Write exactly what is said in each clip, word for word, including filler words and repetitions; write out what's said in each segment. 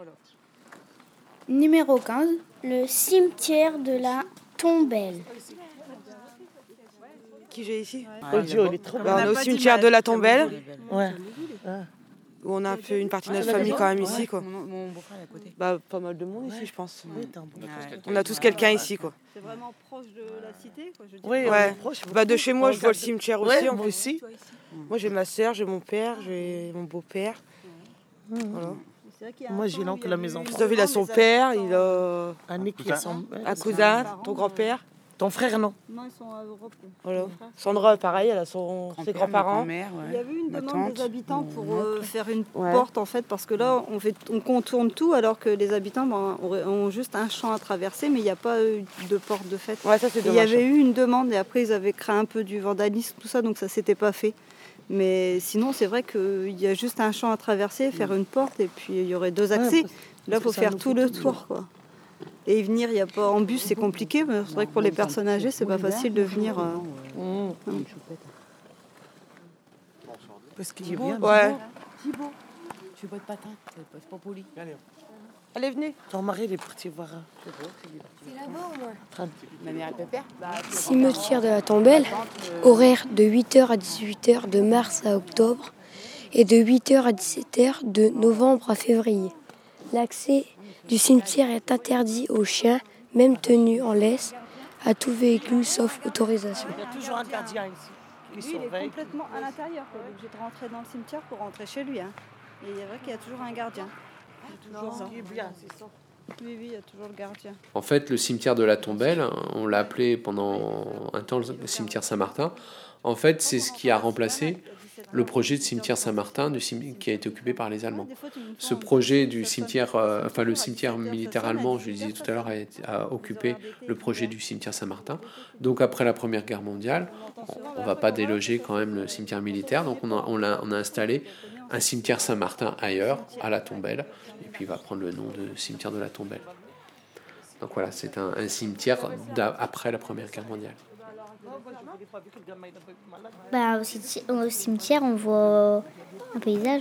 Numéro quinze. Le cimetière de la Tombelle. Qui j'ai ici? Oh Dieu, elle est trop Bah, on est au cimetière de la Tombelle, Ouais. où on a fait une partie de notre famille quand même ici, quoi. Mon, mon beau-frère est à côté. Bah, pas mal de monde ici, je pense. Oui, t'as un bon- Ouais. On a tous quelqu'un ici, quoi. C'est vraiment proche de la cité, quoi, je dis. Oui, on Ouais. est proche. Bah, de chez moi, je vois le cimetière aussi. Ouais, en moi plus. aussi. Moi, j'ai ma sœur, j'ai mon père, j'ai mon beau-père. Voilà. C'est vrai qu'il y a un Moi, temps j'ai où l'oncle il y à avait mes eu enfants. Christophe, il a son des père, habitants, il a Annick qui a son... un cousin, ton grand-père. Ton frère, non? Non, ils sont à Europe. eux. Voilà. Sandra, pareil, elle a son... ses Grand-père, ma grands-parents. grand-mère, ouais. Il y avait eu une Ma demande tante, des habitants mon pour euh, faire une Ouais. porte en fait, parce que là on, fait, on contourne tout alors que les habitants ben, auraient- ont juste un champ à traverser, mais il n'y a pas eu de porte de fait. Ouais, ça c'est Et il y dommage. avait eu une demande et après ils avaient créé un peu du vandalisme, tout ça, donc ça s'était pas fait. Mais sinon c'est vrai qu'il y a juste un champ à traverser, faire une porte et puis il y aurait deux accès. parce- Là il faut que ça faire nous tout fait le tout tour, quoi. Et y venir, il y a pas en bus, c'est compliqué, mais c'est vrai que pour les personnes âgées, c'est pas facile de venir. euh, Parce qu'il est bien. Ouais. Thibaut, tu bois de patin, c'est pas poli. Allez, venez. Ton mari, il est parti voir. un- Ma mère et pépère. Cimetière de la Tombelle. Horaire de huit heures à dix-huit heures de mars à octobre et de huit heures à dix-sept heures de novembre à février. L'accès du cimetière est interdit aux chiens, même tenus en laisse, à tout véhicule sauf autorisation. Il y a toujours un gardien ici qui Lui, il est surveille. complètement à l'intérieur. quoi. Donc, j'étais rentrée dans le cimetière pour rentrer chez lui. Hein. Et il est vrai qu'il y a toujours un gardien. Il y a toujours ça. Ce qui est bien, c'est ça. Oui, oui, il y a toujours le gardien. En fait, le cimetière de la Tombelle, on l'a appelé pendant un temps le cimetière Saint-Martin. En fait, c'est ce qui a remplacé le projet de cimetière Saint-Martin du cim- qui a été occupé par les Allemands. Ce projet du cimetière, euh, enfin le cimetière militaire allemand, je le disais tout à l'heure, a, été- a occupé le projet du cimetière Saint-Martin. Donc après la Première Guerre mondiale, on ne va pas déloger quand même le cimetière militaire. Donc on a, on a, on a installé un cimetière Saint-Martin ailleurs, à la Tombelle, et puis il va prendre le nom de cimetière de la Tombelle. Donc voilà, c'est un, un cimetière d'a- après la Première Guerre mondiale. Bah, au, cimeti- au cimetière, on voit un paysage.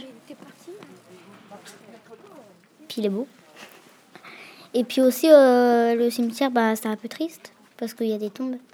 Puis il est beau. Et puis aussi, euh, le cimetière, bah, c'est un peu triste parce qu'il y a des tombes.